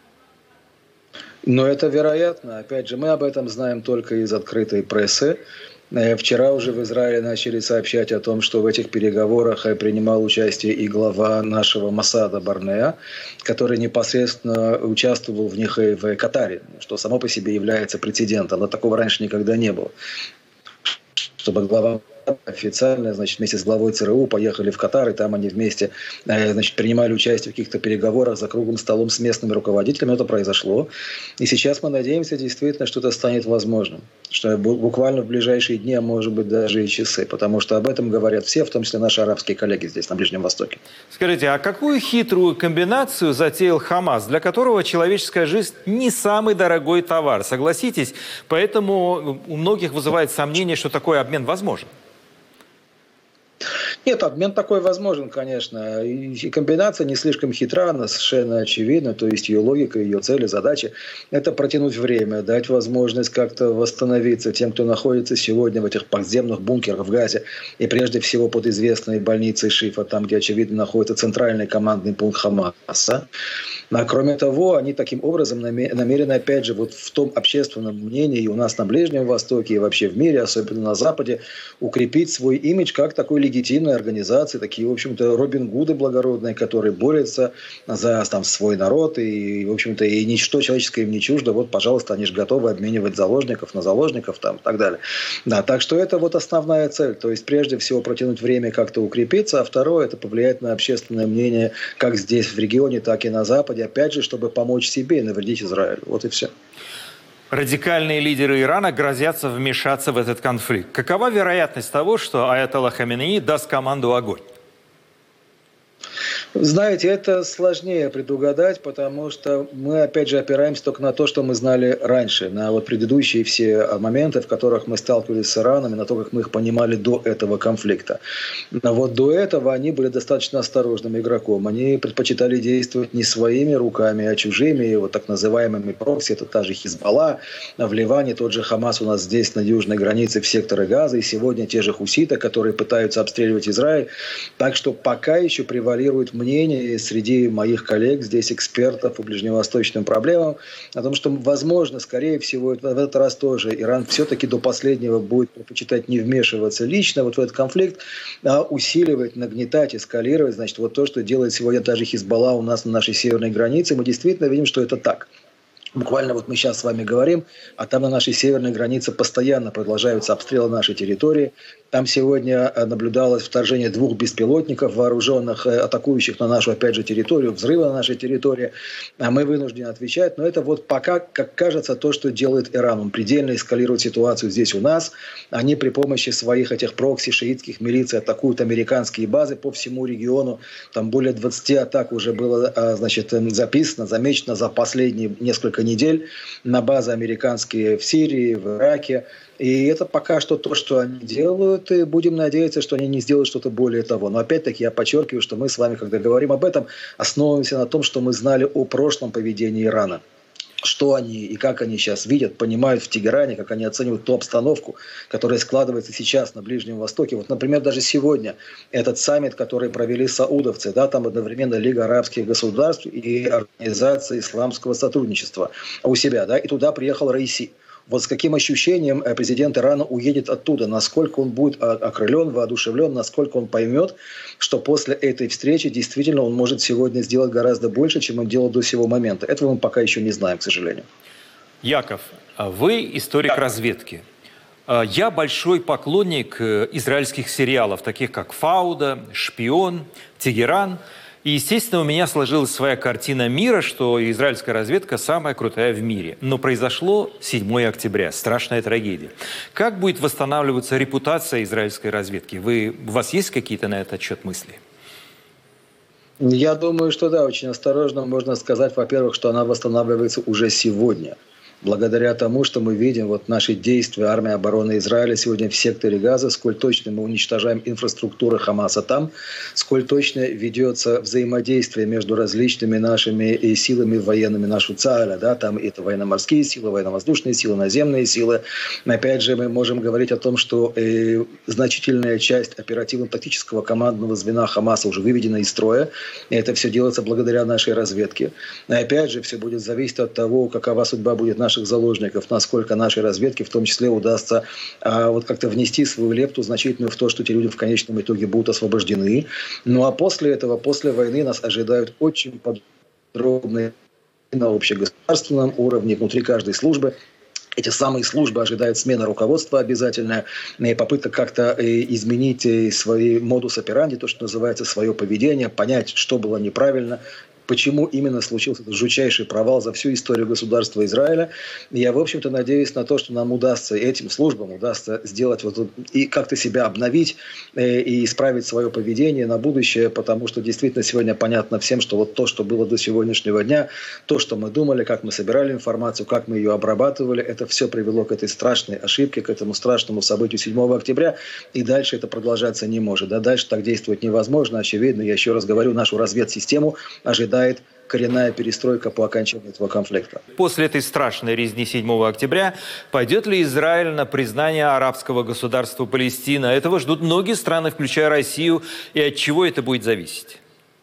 Но это вероятно. Опять же, мы об этом знаем только из открытой прессы. Вчера уже в Израиле начали сообщать о том, что в этих переговорах принимал участие и глава нашего Моссада Барнеа, который непосредственно участвовал в них и в Катаре, что само по себе является прецедентом. Но такого раньше никогда не было. Чтобы глава официально, значит, вместе с главой ЦРУ поехали в Катар, и там они вместе, значит, принимали участие в каких-то переговорах за круглым столом с местными руководителями. Это произошло. И сейчас мы надеемся действительно, что это станет возможным. Что буквально в ближайшие дни, а может быть даже и часы. Потому что об этом говорят все, в том числе наши арабские коллеги здесь, на Ближнем Востоке. Скажите, а какую хитрую комбинацию затеял Хамас, для которого человеческая жизнь не самый дорогой товар? Согласитесь, поэтому у многих вызывает сомнение, что такой обмен возможен. Нет, обмен такой возможен, конечно. И комбинация не слишком хитра, она совершенно очевидна. То есть ее логика, ее цели, задачи – это протянуть время, дать возможность как-то восстановиться тем, кто находится сегодня в этих подземных бункерах в Газе. И прежде всего под известной больницей Шифа, там, где, очевидно, находится центральный командный пункт Хамаса. А кроме того, они таким образом намерены, опять же, вот в том общественном мнении и у нас на Ближнем Востоке, и вообще в мире, особенно на Западе, укрепить свой имидж как такой легитимной организации, такие, в общем-то, Робин Гуды благородные, которые борются за там, свой народ, и, в общем-то, и ничто человеческое им не чуждо. Вот, пожалуйста, они же готовы обменивать заложников на заложников там, и так далее. Да, так что это вот основная цель. То есть, прежде всего, протянуть время, как-то укрепиться, а второе – это повлиять на общественное мнение как здесь, в регионе, так и на Западе, Западе, опять же, чтобы помочь себе и навредить Израилю. Вот и все. Радикальные лидеры Ирана грозятся вмешаться в этот конфликт. Какова вероятность того, что аятолла Хаминеи даст команду «Огонь»? Знаете, это сложнее предугадать, потому что мы, опять же, опираемся только на то, что мы знали раньше, на вот предыдущие все моменты, в которых мы сталкивались с Ираном, и на то, как мы их понимали до этого конфликта. Но вот до этого они были достаточно осторожным игроком. Они предпочитали действовать не своими руками, а чужими, вот так называемыми прокси. Это та же Хизбалла, в Ливане тот же Хамас у нас здесь, на южной границе, в секторе Газа, и сегодня те же хуситы, которые пытаются обстреливать Израиль. Так что пока еще превалирует мнение среди моих коллег, здесь экспертов по ближневосточным проблемам, о том, что, возможно, скорее всего, в этот раз тоже Иран все-таки до последнего будет предпочитать не вмешиваться лично вот в этот конфликт, а усиливать, нагнетать, эскалировать. Значит, вот то, что делает сегодня даже Хизбалла у нас на нашей северной границе, мы действительно видим, что это так. Буквально вот мы сейчас с вами говорим, а там на нашей северной границе постоянно продолжаются обстрелы нашей территории. Там сегодня наблюдалось вторжение 2 беспилотников, вооруженных, атакующих на нашу, опять же, территорию, взрывы на нашей территории. А мы вынуждены отвечать. Но это вот пока, как кажется, то, что делает Иран. Он предельно эскалирует ситуацию здесь у нас. Они при помощи своих этих прокси, шиитских милиций атакуют американские базы по всему региону. Там более 20 атак уже было, значит, записано, замечено за последние несколько недель на базы американские в Сирии, в Ираке. И это пока что то, что они делают, и будем надеяться, что они не сделают что-то более того. Но опять-таки я подчеркиваю, что мы с вами, когда говорим об этом, основываемся на том, что мы знали о прошлом поведении Ирана. Что они и как они сейчас видят, понимают в Тегеране, как они оценивают ту обстановку, которая складывается сейчас на Ближнем Востоке. Вот, например, даже сегодня этот саммит, который провели саудовцы, да, там одновременно Лига арабских государств и Организация исламского сотрудничества у себя, да, и туда приехал Раиси. Вот с каким ощущением президент Ирана уедет оттуда, насколько он будет окрылен, воодушевлен, насколько он поймет, что после этой встречи действительно он может сегодня сделать гораздо больше, чем он делал до сего момента. Этого мы пока еще не знаем, к сожалению. Яков, вы историк разведки. Я большой поклонник израильских сериалов, таких как «Фауда», «Шпион», «Тегеран». И, естественно, у меня сложилась своя картина мира, что израильская разведка самая крутая в мире. Но произошло 7 октября, страшная трагедия. Как будет восстанавливаться репутация израильской разведки? У вас есть какие-то на этот счет мысли? Я думаю, что да, очень осторожно можно сказать, во-первых, что она восстанавливается уже сегодня. Благодаря тому, что мы видим вот наши действия армии обороны Израиля сегодня в секторе Газа, сколь точно мы уничтожаем инфраструктуру Хамаса там, сколь точно ведется взаимодействие между различными нашими силами военными, нашего ЦААЛа, да, там это военно-морские силы, военно-воздушные силы, наземные силы. Опять же, мы можем говорить о том, что значительная часть оперативно-тактического командного звена Хамаса уже выведена из строя. И это все делается благодаря нашей разведке. И опять же, все будет зависеть от того, какова судьба будет наших заложников, насколько нашей разведке в том числе удастся вот как-то внести свою лепту значительную в то, что эти люди в конечном итоге будут освобождены. Ну а после этого, после войны нас ожидают очень подробные на общегосударственном уровне, внутри каждой службы. Эти самые службы ожидают смена руководства обязательная, и попытка как-то изменить свои модус операнди, то, что называется, свое поведение, понять, что было неправильно, почему именно случился этот жутчайший провал за всю историю государства Израиля. Я, в общем-то, надеюсь на то, что нам удастся, этим службам удастся сделать вот и как-то себя обновить и исправить свое поведение на будущее, потому что действительно сегодня понятно всем, что вот то, что было до сегодняшнего дня, то, что мы думали, как мы собирали информацию, как мы ее обрабатывали, это все привело к этой страшной ошибке, к этому страшному событию 7 октября, и дальше это продолжаться не может. Да? Дальше так действовать невозможно, очевидно. Я еще раз говорю, нашу разведсистему ожидает коренная перестройка по окончанию этого конфликта. После этой страшной резни 7 октября пойдет ли Израиль на признание арабского государства Палестина? Этого ждут многие страны, включая Россию. И от чего это будет зависеть?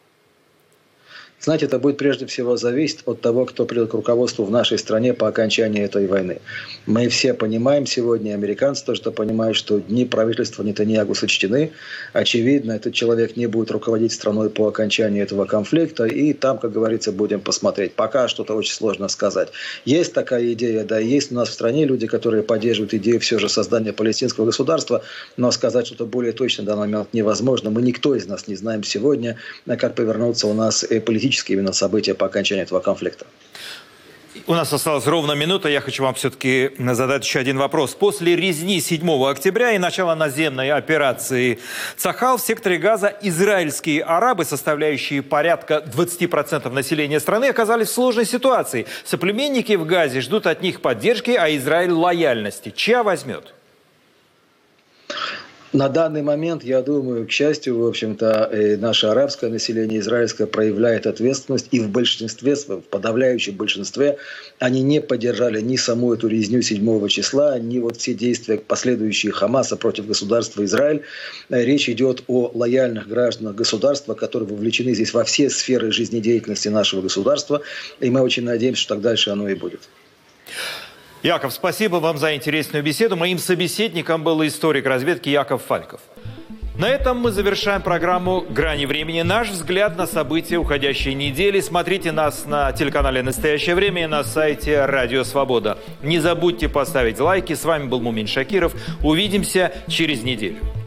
Знаете, это будет прежде всего зависеть от того, кто придет к руководству в нашей стране по окончании этой войны. Мы все понимаем сегодня, американцы тоже понимают, что дни правительства Нетаньяху сочтены. Очевидно, этот человек не будет руководить страной по окончании этого конфликта. И там, как говорится, будем посмотреть. Пока что-то очень сложно сказать. Есть такая идея, да, есть у нас в стране люди, которые поддерживают идею все же создания палестинского государства. Но сказать что-то более точно в данный момент невозможно. Мы никто из нас не знаем сегодня, как повернутся у нас политические драматические именно события по окончанию этого конфликта. У нас осталась ровно минута. Я хочу вам все-таки задать еще один вопрос. После резни 7 октября и начала наземной операции «Цахал» в секторе Газа израильские арабы, составляющие порядка 20% населения страны, оказались в сложной ситуации. Соплеменники в Газе ждут от них поддержки, а Израиль лояльности. Чья возьмет? На данный момент, я думаю, к счастью, в общем-то, наше арабское население, израильское, проявляет ответственность. И в большинстве, в подавляющем большинстве, они не поддержали ни саму эту резню 7 числа, ни вот все действия, последующие Хамаса против государства Израиль. Речь идет о лояльных гражданах государства, которые вовлечены здесь во все сферы жизнедеятельности нашего государства. И мы очень надеемся, что так дальше оно и будет. Яков, спасибо вам за интересную беседу. Моим собеседником был историк разведки Яков Фальков. На этом мы завершаем программу «Грани времени». Наш взгляд на события уходящей недели. Смотрите нас на телеканале «Настоящее время» и на сайте «Радио Свобода». Не забудьте поставить лайки. С вами был Мумин Шакиров. Увидимся через неделю.